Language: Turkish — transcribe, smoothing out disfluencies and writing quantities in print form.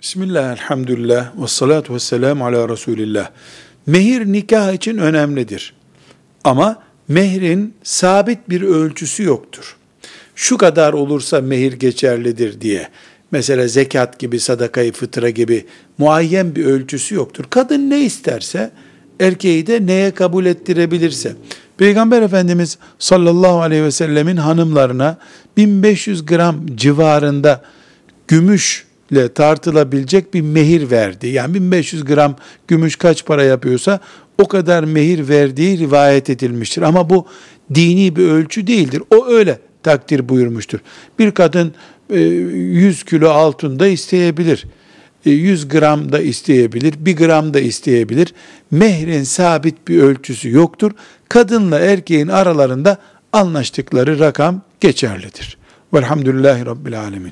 Bismillah, elhamdülillah, ve salatu ve selamu ala Resulillah. Mehir nikah için önemlidir. Ama mehrin sabit bir ölçüsü yoktur. Şu kadar olursa mehir geçerlidir diye. Mesela zekat gibi, sadakayı fıtra gibi muayyen bir ölçüsü yoktur. Kadın ne isterse, erkeği de neye kabul ettirebilirse. Peygamber Efendimiz sallallahu aleyhi ve sellemin hanımlarına 1500 gram civarında gümüşle tartılabilecek bir mehir verdi. Yani 1500 gram gümüş kaç para yapıyorsa o kadar mehir verdiği rivayet edilmiştir. Ama bu dini bir ölçü değildir. O öyle takdir buyurmuştur. Bir kadın 100 kilo altın da isteyebilir. 100 gram da isteyebilir, 1 gram da isteyebilir. Mehrin sabit bir ölçüsü yoktur. Kadınla erkeğin aralarında anlaştıkları rakam geçerlidir. Velhamdülillahi Rabbil Alemin.